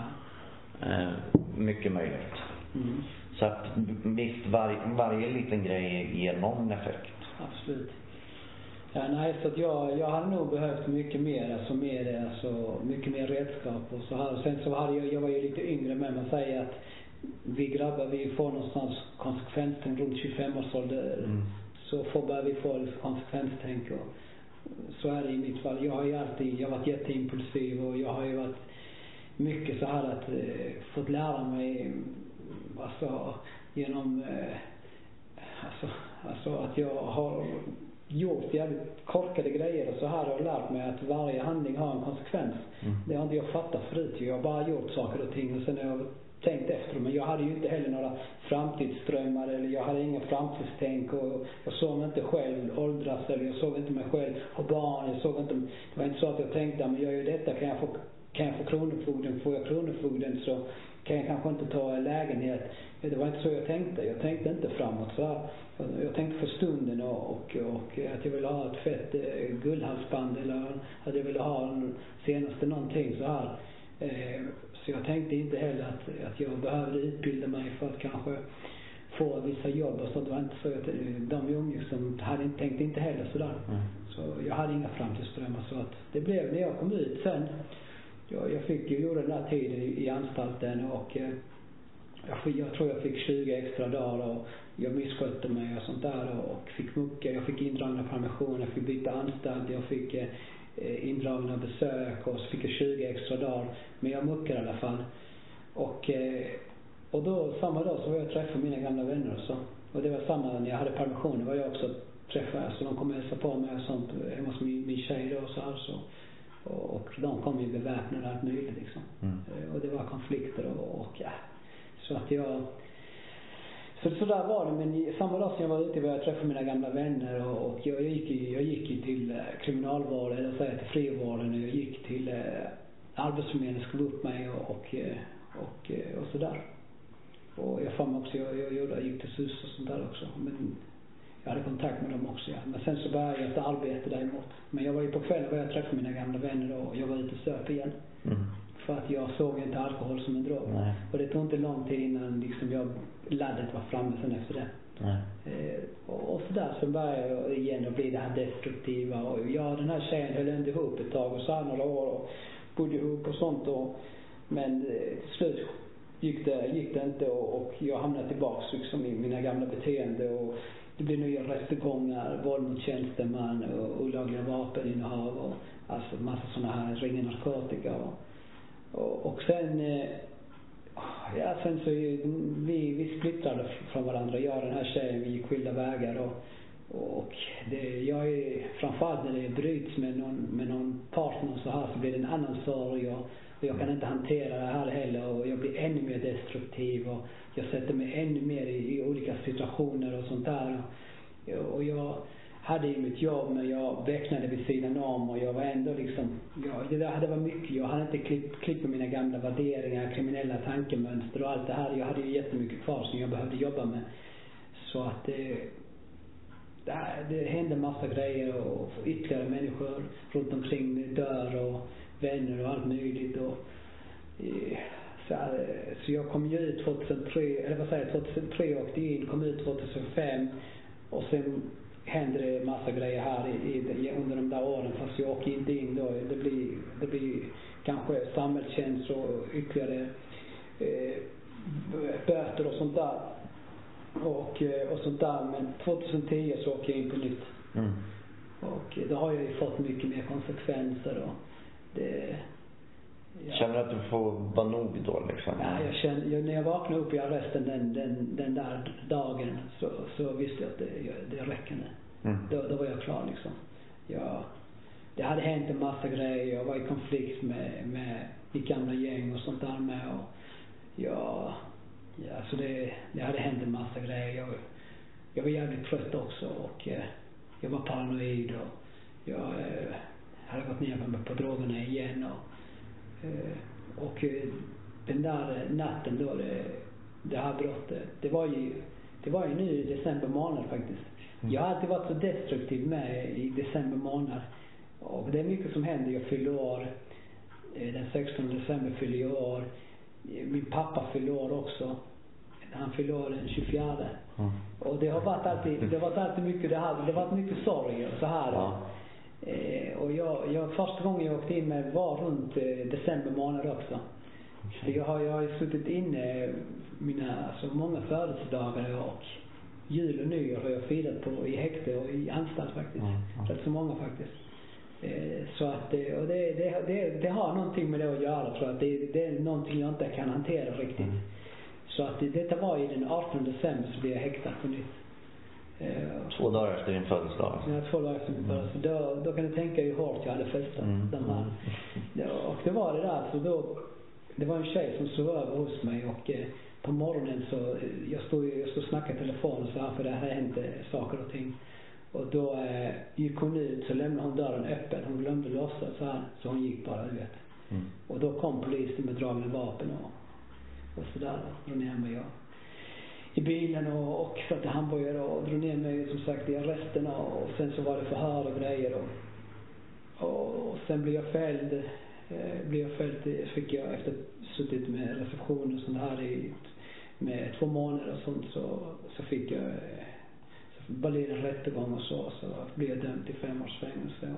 Mycket möjligt. Så att visst, varje liten grej ger någon effekt. Absolut. Ja, nej, så att jag hade nog behövt mycket mer, mycket mer redskap och så här. Sen så hade jag var ju lite yngre, men man säger att vi grabbar, vi får någonstans konsekvenstänk runt 25-årsålder. Så börjar vi få konsekvenstänk, och så är det i mitt fall. Jag har varit jätteimpulsiv, och jag har ju varit mycket så här att fått lära mig genom att jag har gjort jävligt korkade grejer och så här, och lärt mig att varje handling har en konsekvens. Det har inte jag fattat förut. Jag har bara gjort saker och ting, och sen har jag tänkt efter. Men jag hade ju inte heller några framtidsdrömmar, eller jag hade ingen framtidstänk, och jag såg mig inte själv åldras, eller jag såg inte mig själv ha barn. Det var inte så att jag tänkte, men jag gör detta, kan jag få kronofogden, får jag kronofogden så kan jag kanske inte ta lägenhet. Det var inte så jag tänkte. Jag tänkte inte framåt så här. Jag tänkte för stunden, och att jag ville ha ett fett guldhalsband, eller att jag ville ha en senaste någonting så här. Så jag tänkte inte heller att jag behövde utbilda mig för att kanske få vissa jobb och sånt. Det var inte så att de umgicks som tänkte inte heller så där. Så jag hade inga framtidsdrömmar, så att det blev när jag kom ut sen. Jag gjorde den här tiden i anstalten, och jag tror jag fick 20 extra dagar, och jag misskötte mig och sånt där, och fick mucka. Jag fick indragna permissioner, jag fick byta anstalt, jag fick indragna besök, och så fick jag 20 extra dagar. Men jag muckade i alla fall. Och då samma dag så var jag och träffade mina gamla vänner och så. Och det var samma när jag hade permissioner, var jag också träffade, så de kom och hälsade på mig och sånt hemma hos min tjej då och så här så. Och de kom ju beväpnade allt möjligt liksom. Och det var konflikter och ja. Så att så där var det, men samma dag som jag var ute var jag träffade mina gamla vänner, och jag gick till kriminalvården, eller säga till frivården, och jag gick till arbetsförmedlingen, skrev upp mig och så där. Och jag fann också, jag gick till SUS och sånt där också, men jag hade kontakt med dem också, ja. Men sen så började jag ett arbete däremot. Men jag var ju på kvällen var jag träffade mina gamla vänner då, och jag var ute och söp igen. För att jag såg inte alkohol som en drog. Nej. Och det tog inte lång tid innan liksom laddet var framme sen efter det. Och så där så började jag igen att bli det här destruktiva. Och den här tjejen höll inte ihop ett tag, och så här några år och bodde ihop och sånt. Men till slut gick det inte, och jag hamnade tillbaka liksom i mina gamla beteende, och det blev nya rättegångar, våld mot tjänsteman och olagliga vapeninnehav och alltså massa såna här ringa narkotika och sen sen så vi splittrade från varandra. Jag och den här tjejen, vi gick skilda vägar, och jag är framförallt när det bryts med någon partner så här, så blir det en annan sorg, och jag kan inte hantera det här heller, och jag blir ännu mer destruktiv, och jag sätter mig ännu mer i olika situationer och sånt där, och jag hade ju mitt jobb, men jag väcknade vid sidan om, och jag var ändå liksom, det var mycket, jag hade inte klippt med mina gamla värderingar, kriminella tankemönster och allt det här. Jag hade ju jättemycket kvar som jag behövde jobba med, så att det hände massa grejer, och ytterligare människor runt omkring dör, och vänner och allt möjligt, och så jag kom ju ut 2003 åkte in, kom ut 2005, och sen händer det massa grejer här under de där åren, fast jag åker inte in då. Det blir kanske samhällstjänst och ytterligare böter och sånt där. Och sånt där, men 2010 så åker jag in på nytt. Och då har jag ju fått mycket mer konsekvenser och det... Ja. Känner du att du får vara nog då liksom? Ja, när jag vaknade upp i arresten den där dagen så visste jag att det räcker nu. Då var jag klar liksom. Det hade hänt en massa grejer. Jag var i konflikt med mitt gamla gäng och sånt där med. Och så det hade hänt en massa grejer. Jag var jävligt trött också och jag var paranoid och jag hade gått ner på drogerna igen och den där natten då det här brottet, det var ju nu i december månad faktiskt. Jag har alltid varit så destruktiv med i december månad och det är mycket som händer. Jag fyller år den 16 december fyller jag år. Min pappa fyller år också. Han fyller år den 24. Och det har varit alltid mycket det har varit mycket sorg och så här. Och jag första gången jag åkte in med var runt december månad också. Så jag har suttit inne många födelsedagar och jul och nyår har jag firat på i häkte och i anstalt faktiskt. Rätt så många faktiskt. Så att och det har någonting med det att göra, tror jag. Det är någonting jag inte kan hantera riktigt. Så att detta var i den 18 december så blev jag häktad på nytt. 2 dagar efter din födelsedag. Ja, 2 dagar efter min födelsedag. Då kan du tänka hur hårt jag hade festat de här. Och det var det där, så då det var en tjej som sov över hos mig och på morgonen så jag stod och snackade i telefon så här, för det här hände saker och ting. Och då gick hon ut, så lämnade hon dörren öppen. Hon glömde låsa så här, så hon gick bara ut. Och då kom polisen med dragna vapen och sådär, drog ner mig i bilen och satte handbojor och drog ner mig som sagt i arresten och sen så var det förhör och grejer och sen blev jag fälld. Fick jag efter suttit med reception och sånt här med 2 månader och sånt så fick jag så bara en rättegång och så blev jag dömd till 5 års fängelse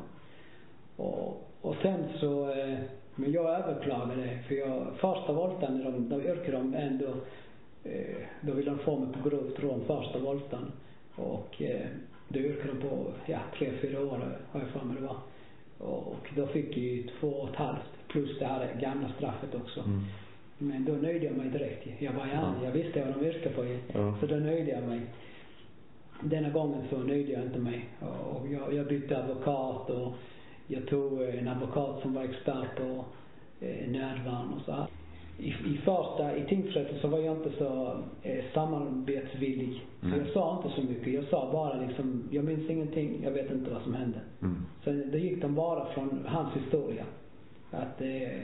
och sen så men jag överklagade för första voltan de yrkade de ändå då ville de få mig på grovt rån första voltan och då yrkade de på 3-4 år har jag för mig det var. Och då fick jag ju 2,5 plus det här gamla straffet också. Men då nöjde jag mig direkt. Jag visste vad de yrkade på. Så då nöjde jag mig. Denna gången så nöjde jag inte mig. Och jag bytte advokat och jag tog en advokat som var expert på nödvärn och så här. I tingsrätten så var jag inte så samarbetsvillig. Så jag sa inte så mycket. Jag sa bara liksom, jag minns ingenting, jag vet inte vad som hände. Sen då gick de bara från hans historia. Att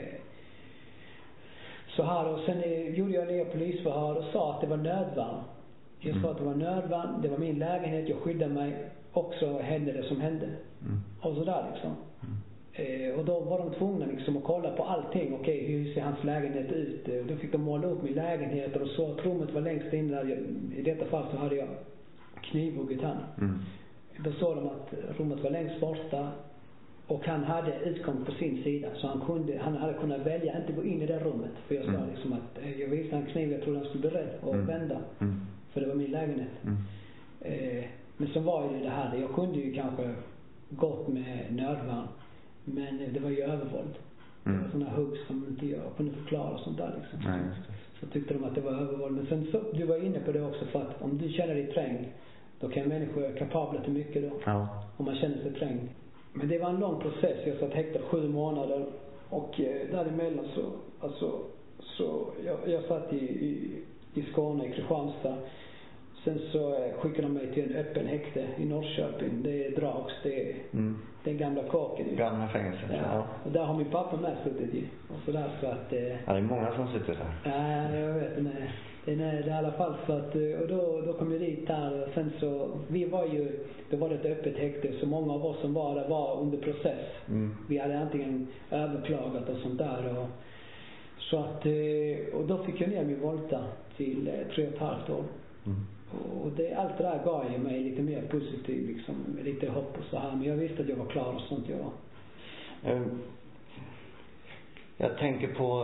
så här, och sen gjorde jag nya polisförhör och sa att det var nödvärn. Jag sa att det var nödvärn, det var min lägenhet, jag skyddade mig. Och så hände det som hände. Och så där liksom. Och då var de tvungna liksom att kolla på allting. Okej, hur ser hans lägenhet ut? Och då fick de måla upp min lägenhet och så att rummet var längst in där. I detta fall så hade jag knivhugget han. Då såg de att rummet var längst borta och han hade utgång på sin sida. Så han hade kunnat välja att inte gå in i det rummet. För jag sa liksom att jag visste han kniv, jag trodde han skulle bli rädd och vända. För det var min lägenhet. Men så var ju det här, jag kunde ju kanske gått med nödvärn. Men det var ju övervåld. Det var sådana hugg som inte jag kunde förklara och sånt där liksom. Så tyckte de att det var övervåld. Men sen så, du var inne på det också, för att om du känner dig trängd, då kan människor kapabla till mycket då. Om man känner sig trängd. Men det var en lång process. Jag satt häktad 7 månader. Och däremellan så jag satt i Skåne, i Kristianstad. Sen så skickade de mig till en öppen häkte i Norrköping. Det är Drags, det är den gamla kåken. Gamla fängelset, ja. Och där har min pappa med suttit i. Och så där, så att... det är många som sitter där. Ja, jag vet. Det är i alla fall så att... Och då kom jag dit där. Och sen så... Då var det ett öppet häkte. Så många av oss som var där var under process. Vi hade antingen överklagat och sånt där. Så att... Och då fick jag ner min volta till 3,5 år. Och allt det där gav ju mig lite mer positiv liksom, lite hopp och så här. Men jag visste att jag var klar och sånt jag var. Jag tänker på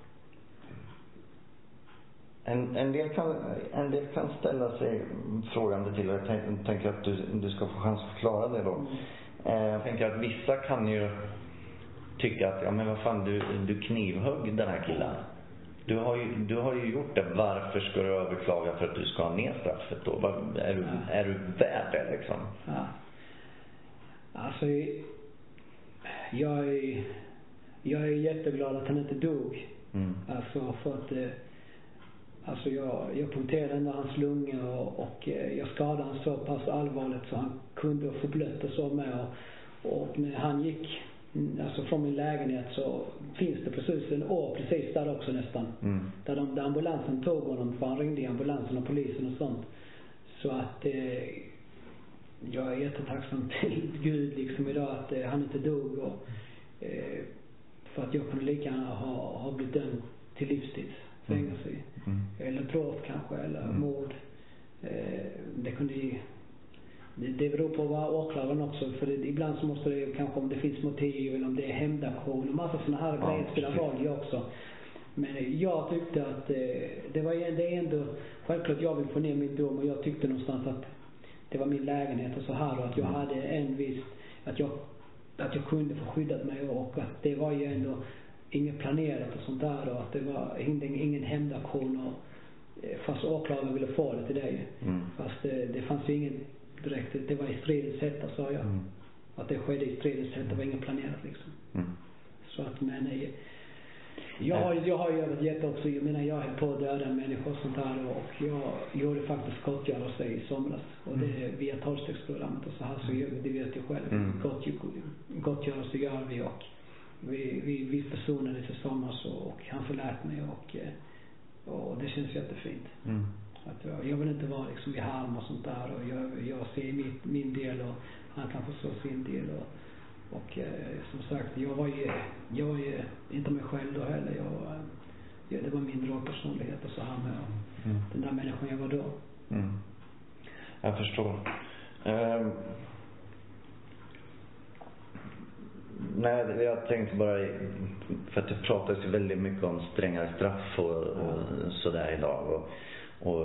en del kan ställa sig frågande till, och jag tänker att du ska få chans att förklara det då. Jag tänker att vissa kan ju tycka att, ja men vad fan, du knivhögg den här killen. Du har ju gjort det. Varför ska du överklaga för att du ska ha ner straffet då? Är du värd det liksom? Ja. Alltså jag är jätteglad att han inte dog. Alltså för att alltså jag punkterade ändå hans lungor och jag skadade han så pass allvarligt så han kunde få blött och så med. Och när han gick alltså från min lägenhet så finns det precis en år precis där också nästan. Där ambulansen tog honom, för han ringde i ambulansen och polisen och sånt. Så att jag är jättetacksam till Gud liksom idag att han inte dog och för att jag kunde lika gärna ha blivit dömd till livstidsfängelse eller brott kanske eller mord. Det kunde ju det beror på vad åklagaren också, för ibland så måste det kanske, om det finns motiv eller om det är hämndaktion och massa såna här grejer spelar roll också. Men jag tyckte att det är ändå självklart jag vill få ner min dom, och jag tyckte någonstans att det var min lägenhet och så här, och att jag hade en viss att jag kunde få skyddat mig, och att det var ju ändå inget planerat och sånt där, och att det var ingen hämndaktion, och fast åklagaren ville få det till dig. Fast det fanns ju ingen direkt, det var i stridens hetta, sa jag. Att det skedde i stridens hetta, det var inget planerat liksom. Så att, men jag har ju övergett också, jag menar jag höll på att döda människor och sånt där, och jag gjorde faktiskt gottgörelse i somras, och det via 12-stegsprogrammet och så här, så det vet jag själv. Gottgörelse gör vi, och vi försonades i somras, och han förlät mig, och det känns jättefint. Att jag vill inte vara liksom i harm och sånt där, och jag ser min del och han kanske så sin del, och som sagt jag var ju inte mig själv då heller. Det var min råpersonlighet och så här med den där människan jag var då. Jag förstår. Nej, jag tänkte bara, för att det pratas ju väldigt mycket om strängare straff och sådär idag, och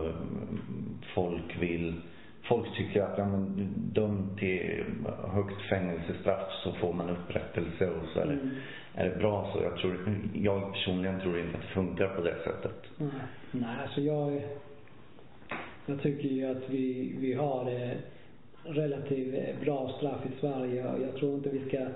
folk tycker att dömd till högt fängelsestraff så får man upprättelse, och så är det bra. Så jag personligen tror inte att det funkar på det sättet. Nej, alltså jag tycker ju att vi har det relativt bra straff i Sverige, och jag tror inte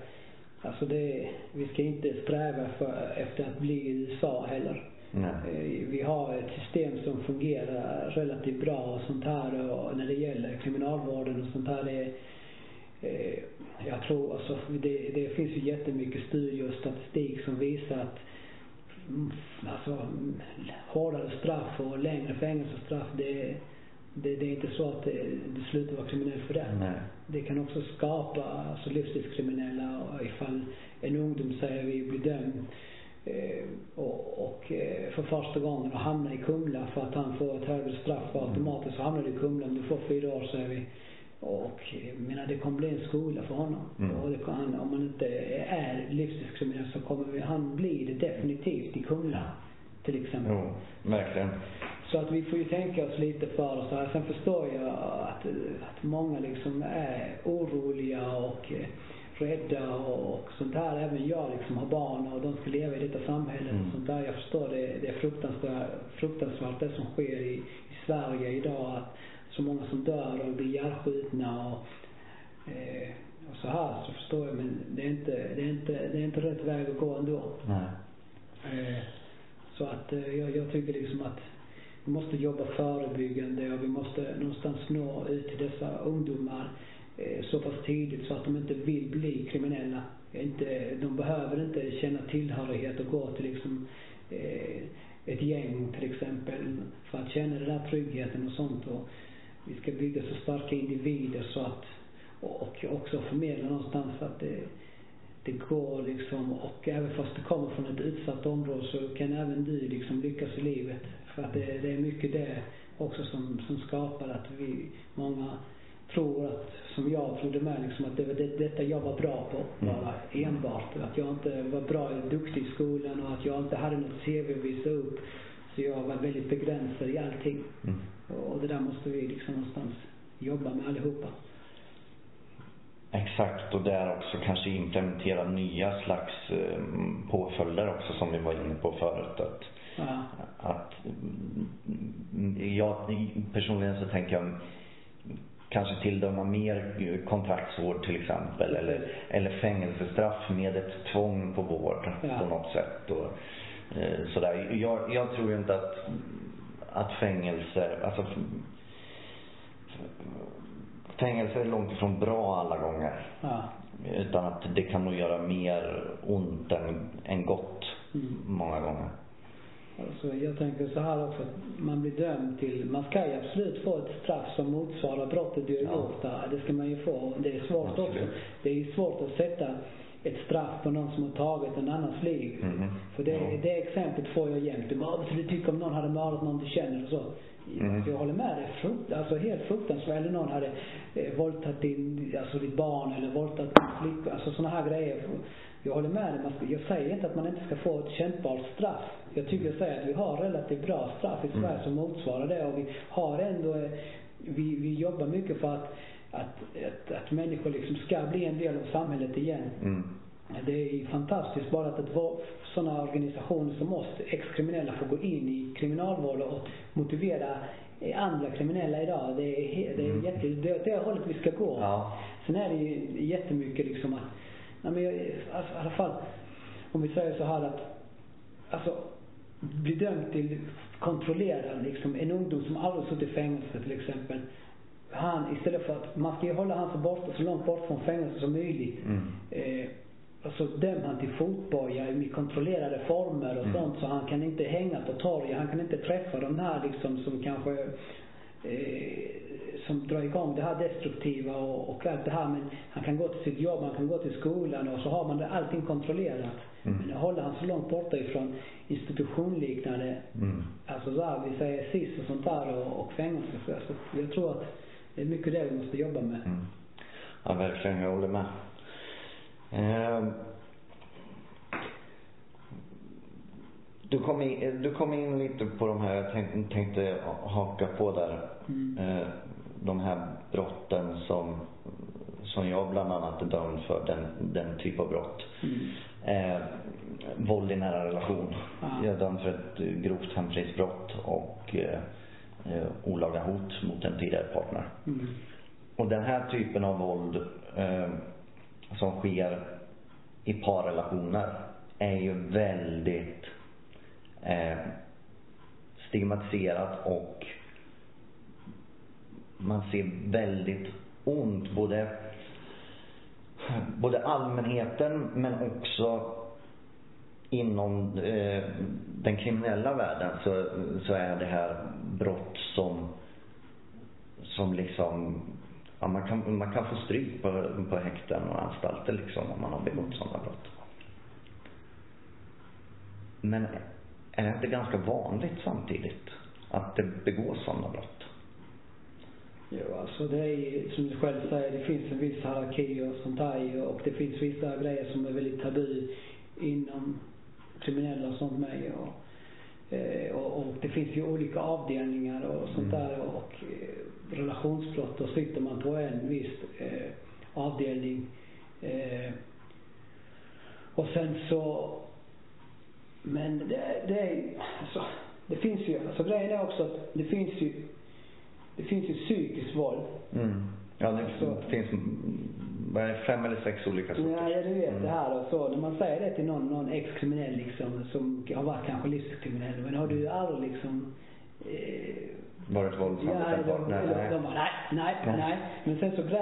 vi ska inte sträva efter att bli i USA heller. Vi har ett system som fungerar relativt bra och sånt här, och när det gäller kriminalvården och sånt här, jag tror alltså det finns ju jättemycket studier och statistik som visar att alltså hårdare straff och längre fängelsestraff, det är inte så att det slutar vara kriminell för det. Nej. Det kan också skapa alltså livstidskriminella, och ifall en ungdom säger vi blir dömd och för första gången och hamnar i Kumla för att han får ett högre straff, och automatiskt så hamnar du i Kumla, om du får 4 år, säger vi, och menar det kommer bli en skola för honom. Och om man inte är livstidskriminell så kommer han bli det definitivt i Kumla till exempel. Verkligen. Så att vi får ju tänka oss lite för oss här. Sen förstår jag att många liksom är oroliga och rädda och sånt här. Även jag liksom har barn och de ska leva i detta samhället och sånt där. Jag förstår det är fruktansvärt det som sker i Sverige idag, att så många som dör och blir ihjälskjutna och så här, så förstår jag, men det är inte rätt väg att gå ändå. Så att jag tycker liksom att vi måste jobba förebyggande, och vi måste någonstans nå ut till dessa ungdomar så pass tidigt så att de inte vill bli kriminella. De behöver inte känna tillhörighet och gå till liksom ett gäng till exempel för att känna den där tryggheten och sånt. Och vi ska bygga så starka individer så att, och också förmedla någonstans att det går liksom, och även fast du kommer från ett utsatt område så kan även du liksom lyckas i livet. För att det är mycket det också som skapar att många tror att, som jag trodde med liksom, att detta jag var bra på bara enbart. Att jag inte var bra, duktig i skolan och att jag inte hade något CV att visa upp. Så jag var väldigt begränsad i allting. Och det där måste vi liksom någonstans jobba med allihopa. Exakt, och där också kanske implementera nya slags påföljder också, som vi var inne på förut. Att jag personligen så tänker jag kanske tilldöma mer kontraktsvård till exempel, eller fängelsestraff med ett tvång på vård på något sätt. Och sådär. Jag tror ju inte att fängelse, alltså fängelse är långt ifrån bra alla gånger. Utan att det kan nog göra mer ont än gott många gånger. Alltså, jag tänker så här också, att man blir dömd till, man ska ju absolut få ett straff som motsvarar brottet du har gjort. Det ska man ju få. Det är svårt också. Det är ju svårt att sätta ett straff på någon som har tagit en annans liv. För det exemplet får jag jämt. Du tycker om någon hade mördat någon du känner och så. Jag håller med dig. Alltså helt fruktansvärt. Eller någon hade våldtagit ditt barn eller våldtagit din flicka. Alltså såna här grejer. Jag håller med dig. Jag säger inte att man inte ska få ett kännbart straff. Jag tycker jag säger att vi har relativt bra straff i Sverige som motsvarar det. Och vi har ändå, vi jobbar mycket för att människor liksom ska bli en del av samhället igen. Det är fantastiskt bara att sådana organisationer som oss, ex-kriminella, får gå in i kriminalvård och motivera andra kriminella idag. Det är det hållet vi ska gå. Sen är det ju jättemycket liksom att i alla fall om vi säger så här att alltså bli dömd till kontrollerad liksom, en ungdom som aldrig suttit i fängelse till exempel. Istället för att man ska ju hålla han så långt bort från fängelse som möjligt. Alltså döm han till fotboja i kontrollerade former och sånt, så han kan inte hänga på torg, han kan inte träffa de här liksom som kanske som drar igång det här destruktiva och allt det här, men han kan gå till sitt jobb, han kan gå till skolan och så har man allting kontrollerat. Men håller han så långt borta ifrån institutionliknande alltså så här, vi säger SIS och sånt där och fängelse. Så jag tror att det är mycket det vi måste jobba med. Ja, verkligen, jag håller med. Du kom in lite på de här, jag tänkte haka på där. De här brotten som jag bland annat är dömd för, den typ av brott. Våld i nära relation. Jag är dömd för ett grovt hemfridsbrott och olaga hot mot en tidigare partner. Och den här typen av våld som sker i parrelationer är ju väldigt stigmatiserat, och man ser väldigt ont både allmänheten men också inom den kriminella världen så är det här brott som liksom man kan få stryk på häkten och anstalter liksom om man har begått sådana brott. Men är det inte ganska vanligt samtidigt att det begås sådana brott? Jo, alltså det är som du själv säger, det finns en viss hierarki och sånt här, och det finns vissa grejer som är väldigt tabu inom kriminella och sånt med, och det finns ju olika avdelningar och sånt där, och relationsbrott, och sitter man på en viss avdelning och sen så, men det är alltså, det finns ju, alltså grejen är också att det finns ju psykiskt våld. Ja, det finns 5 eller 6 olika sorter. Ja, du vet det här och så. När man säger det till någon ex-kriminell liksom, som har varit kanske livskriminell, men har du aldrig liksom varit våldsamt mot en partner? Nej. Men sen så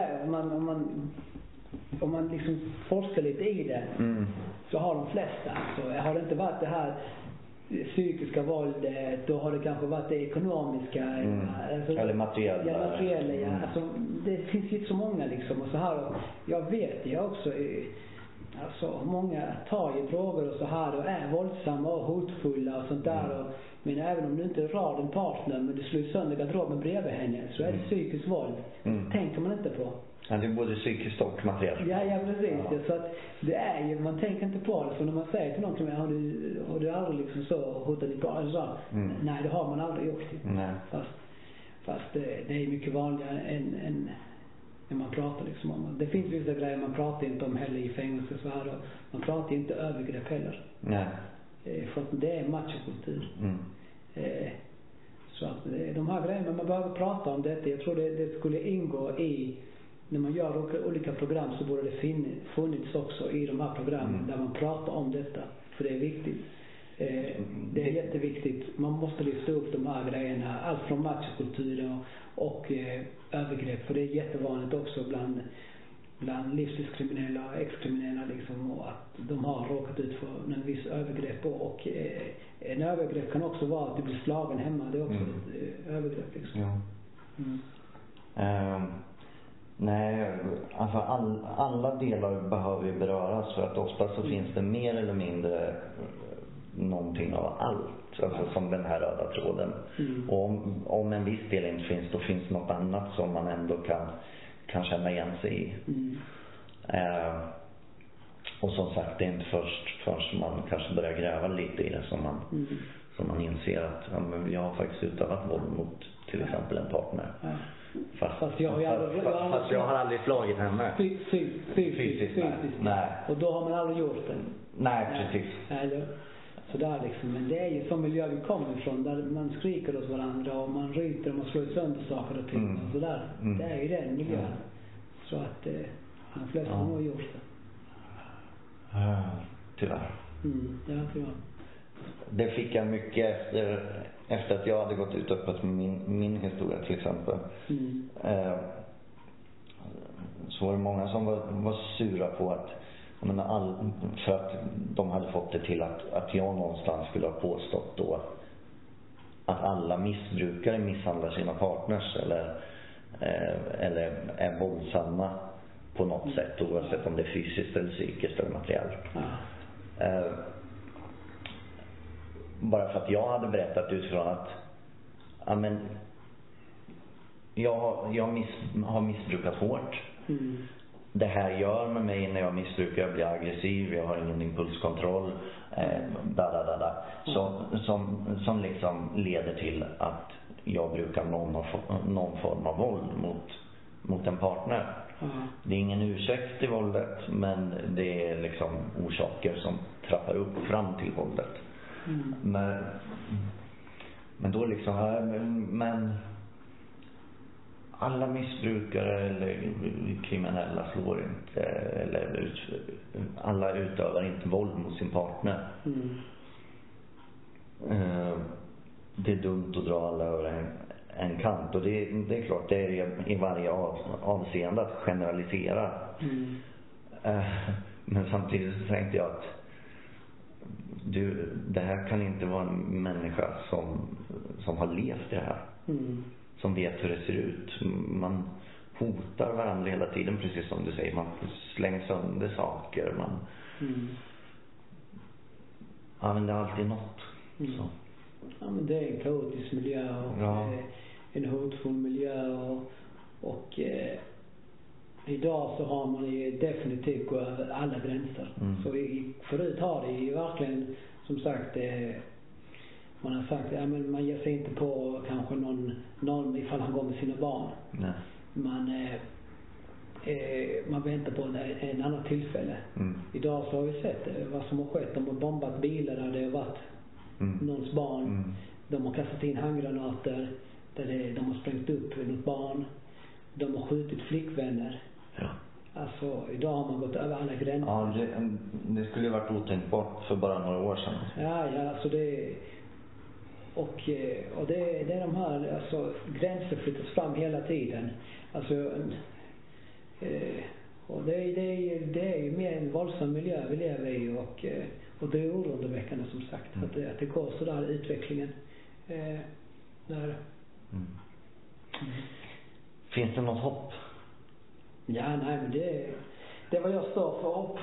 om man liksom forskar lite i det, så har de flesta, så har det inte varit det här psykiska våldet, då har det kanske varit det ekonomiska, alltså, eller materiella. Alltså, det finns ju så många liksom, och så här, jag vet också alltså många tar ju droger och så här och är våldsamma och hotfulla och sånt där. Men även om du inte rör din partner men du slår sönder garderoben bredvid henne så är det psykiskt våld. Tänker man inte på. Ja, det är både psykiskt och materiellt. Ja, precis. Ja. Så att det är ju, man tänker inte på det. Så när man säger till någon som har du aldrig liksom så hotat ditt barn? Så, nej, det har man aldrig gjort. Nej. Fast det är mycket vanligare än när man pratar liksom om. Det finns vissa grejer man pratar inte om heller i fängelse så här. Och man pratar inte övergrepp heller. Nej. För att det är machokultur. Så att de här grejerna, man behöver prata om detta. Jag tror det skulle ingå i, när man gör olika program så borde det funnits också i de här programmen där man pratar om detta. För det är viktigt. Det är jätteviktigt. Man måste lyfta upp de här grejerna. Allt från machokultur och övergrepp. För det är jättevanligt också bland livstidskriminella och exkriminella liksom, och att de har råkat ut för en viss övergrepp och en övergrepp kan också vara att du blir slagen hemma. Det är också ett övergrepp liksom. Ja. Nej, alltså alla delar behöver ju beröras för att ofta så finns det mer eller mindre någonting av allt, alltså som den här röda tråden. Och om en viss del inte finns, då finns något annat som man ändå kan känna igen sig i. Och som sagt, det är inte först man kanske börjar gräva lite i det som man inser att men jag har faktiskt utövat våld mot till exempel en partner. Fast jag har aldrig slagit henne fysiskt. Nej. Och då har man aldrig gjort det. Nej, precis. Eller så där liksom. Men det är ju som miljö vi kommer ifrån, där man skriker åt varandra och man ryter och man slår sönder saker och ting och sådär. Det är ju den miljön. Så att de flesta har nog gjort det. Tyvärr. Ja, tyvärr. Det fick jag mycket efter att jag hade gått ut öppet med min historia till exempel. Så var det många som var sura på att för att de hade fått det till att jag någonstans skulle ha påstått då att alla missbrukare misshandlar sina partners eller är våldsamma på något sätt, oavsett om det är fysiskt eller psykiskt eller materiellt. Bara för att jag hade berättat utifrån att jag har missbrukat hårt. Det här gör med mig när jag missbrukar, jag blir aggressiv, jag har ingen impulskontroll, som liksom leder till att jag brukar någon form av våld mot en partner. Det är ingen ursäkt till våldet, men det är liksom orsaker som trappar upp fram till våldet. Men då liksom men alla missbrukare eller kriminella slår inte, eller alla utövar inte våld mot sin partner. Det är dumt att dra alla över en kant, och det är klart, det är i varje avseende att generalisera. Men samtidigt så tänkte jag att det här kan inte vara en människa som har levt det här. Som vet hur det ser ut. Man hotar varandra hela tiden, precis som du säger. Man slänger sönder saker. Men det är alltid något. Så. Ja, men det är en kaotisk miljö och en hotfull miljö och idag så har man ju definitivt gått över alla gränser. Så förut har det ju verkligen, som sagt, man har sagt men man ger sig inte på kanske någon ifall han går med sina barn. Nej. Man väntar på en annan tillfälle. Idag så har vi sett vad som har skett. De har bombat bilar där det har varit någons barn. De har kastat in handgranater där de har sprängt upp något barn. De har skjutit flickvänner. Alltså idag har man gått över alla gränser. Ja, det skulle ju varit otänkbart för bara några år sedan. Ja, alltså det och det är de här, alltså gränser flyttas fram hela tiden. Alltså och det är ju mer en våldsam miljö vi lever i, och det är oroväckande som sagt att det går så där utvecklingen där. Finns det något hopp? Ja, nej, men det är vad jag står för hopp.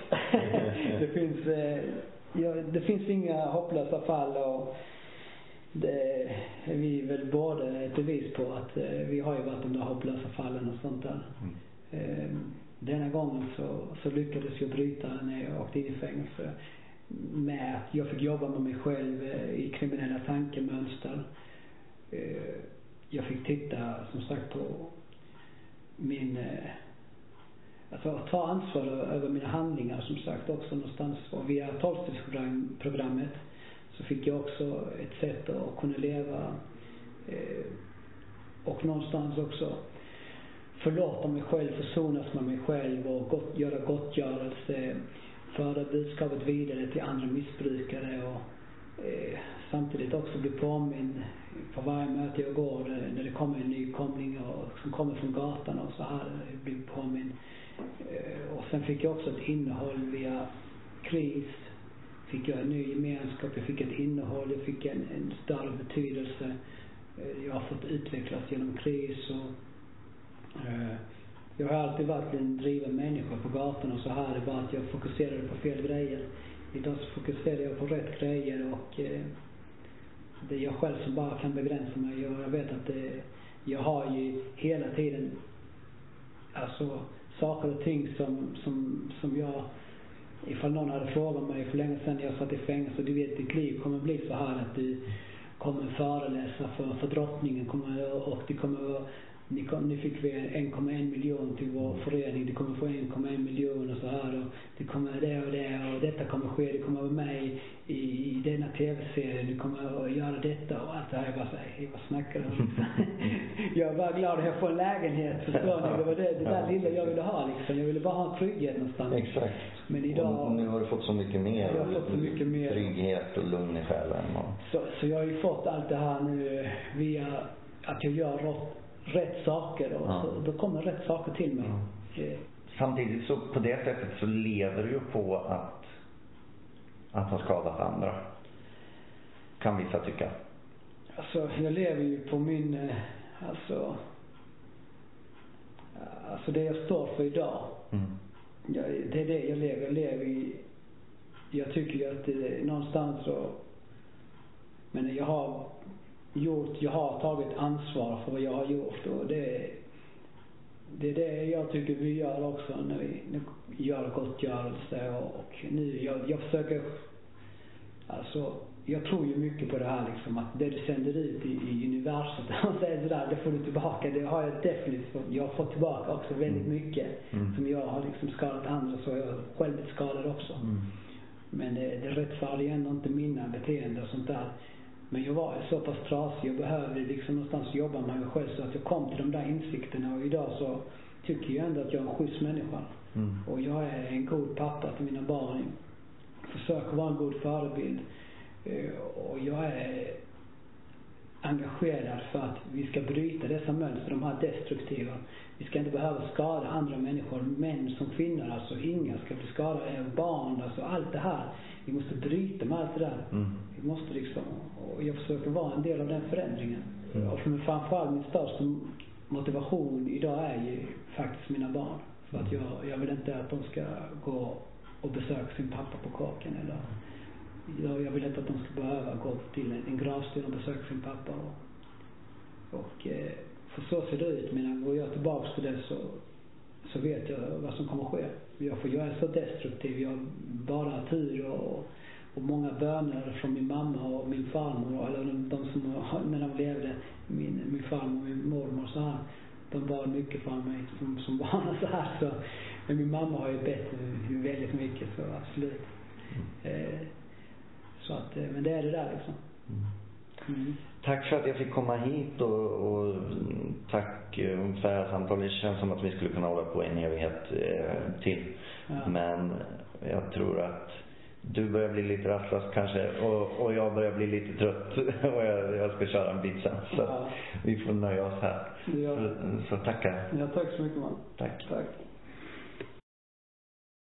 Det finns inga hopplösa fall, och det är vi väl både ett bevis på att vi har ju varit de där hopplösa fallen och sånt där. Denna gången så lyckades jag bryta när jag åkte in i fängelse, med att jag fick jobba med mig själv i kriminella tankemönster. Jag fick titta som sagt på min alltså ta ansvar över mina handlingar som sagt också någonstans, och via 12-stegsprogrammet så fick jag också ett sätt att kunna leva och någonstans också förlåta mig själv, försonas med mig själv och göra gottgörelse, föra budskapet vidare till andra missbrukare, och samtidigt också bli påminn på varje möte jag går när det kommer en nykomling och som kommer från gatan och så här, blir påminn. Och sen fick jag också ett innehåll via KRIS, fick jag en ny gemenskap, jag fick ett innehåll, jag fick en större betydelse. Jag har fått utvecklas genom KRIS, och jag har alltid varit en driven människa på gatan och så här, det är bara att jag fokuserade på fel grejer. Idag så fokuserar jag på rätt grejer, och det är jag själv som bara kan begränsa mig. Jag vet att jag har ju hela tiden alltså saker och ting som jag, ifall någon hade frågat mig för länge sedan jag satt i fängelse, du vet ditt liv kommer bli så här att du kommer föreläsa för drottningen, och det kommer ni fick vi 1,1 miljon till vår förening, det kommer få 1,1 miljon och så här, och det kommer det och det, och detta kommer ske, det kommer vara med i denna tv-serien, du kommer att göra detta och allt det här. Jag bara säger, vad snackar du om? Jag var glad att jag får en lägenhet, förstår ni? Det var det där lilla jag ville ha liksom. Jag ville bara ha en trygghet någonstans. Exakt. Men idag, och nu har du fått så mycket mer. Jag har fått så mycket mer trygghet och lugn i själen. Så jag har ju fått allt det här nu via att jag gör rätt saker, och då kommer rätt saker till mig. Samtidigt så på det sättet så lever du ju på att ha skadat andra, kan vissa tycka. Alltså jag lever ju på min alltså det jag står för idag. Det är det jag lever i. Jag tycker ju att det någonstans så, men jag har tagit ansvar för vad jag har gjort, och det är det jag tycker vi gör också när vi gör gottgörelse, och nu jag försöker, alltså jag tror ju mycket på det här liksom, att det du sänder ut i universum och säger sådär, det får du tillbaka. Det har jag definitivt fått. Jag har fått tillbaka också väldigt mycket som jag har liksom skadat andra, så jag själv blivit skadad också. Men det rättfärdigar ändå inte mina beteenden och sånt där. Men jag var så pass trasig, jag behövde liksom någonstans jobba med mig själv, så att jag kom till de där insikterna, och idag så tycker jag ändå att jag är en schysst människa. Och jag är en god pappa till mina barn, försöker vara en god förebild, och jag är engagerad för att vi ska bryta dessa mönster, de här destruktiva. Vi ska inte behöva skada andra människor, män som kvinnor, alltså inga ska bli skadade, barn, alltså allt det här. Vi måste bryta med allt det där. Vi måste liksom, och jag försöker vara en del av den förändringen. Och framförallt min största motivation idag är ju faktiskt mina barn. För att jag vill inte att de ska gå och besöka sin pappa på kåken, eller jag vill inte att de ska behöva gå till en gravsten och besöka sin pappa, och för så ser det ut. Men går jag tillbaka till det så vet jag vad som kommer att ske. För jag är så destruktiv. Jag bara tur och många böner från min mamma och min farmor, eller de som när de levde, min farmor och min mormor så här, de bad mycket för mig som barn och så här. Så, men min mamma har ju bett väldigt mycket, så absolut. Så att, men det är det där liksom. Tack för att jag fick komma hit, och tack för det här samtalet. Det känns som att vi skulle kunna hålla på en evighet till. Men jag tror att du börjar bli lite rastlös kanske, och jag börjar bli lite trött och jag ska köra en bit sen. Så vi får nöja oss här. Så tackar. Ja, tack så mycket man. Tack.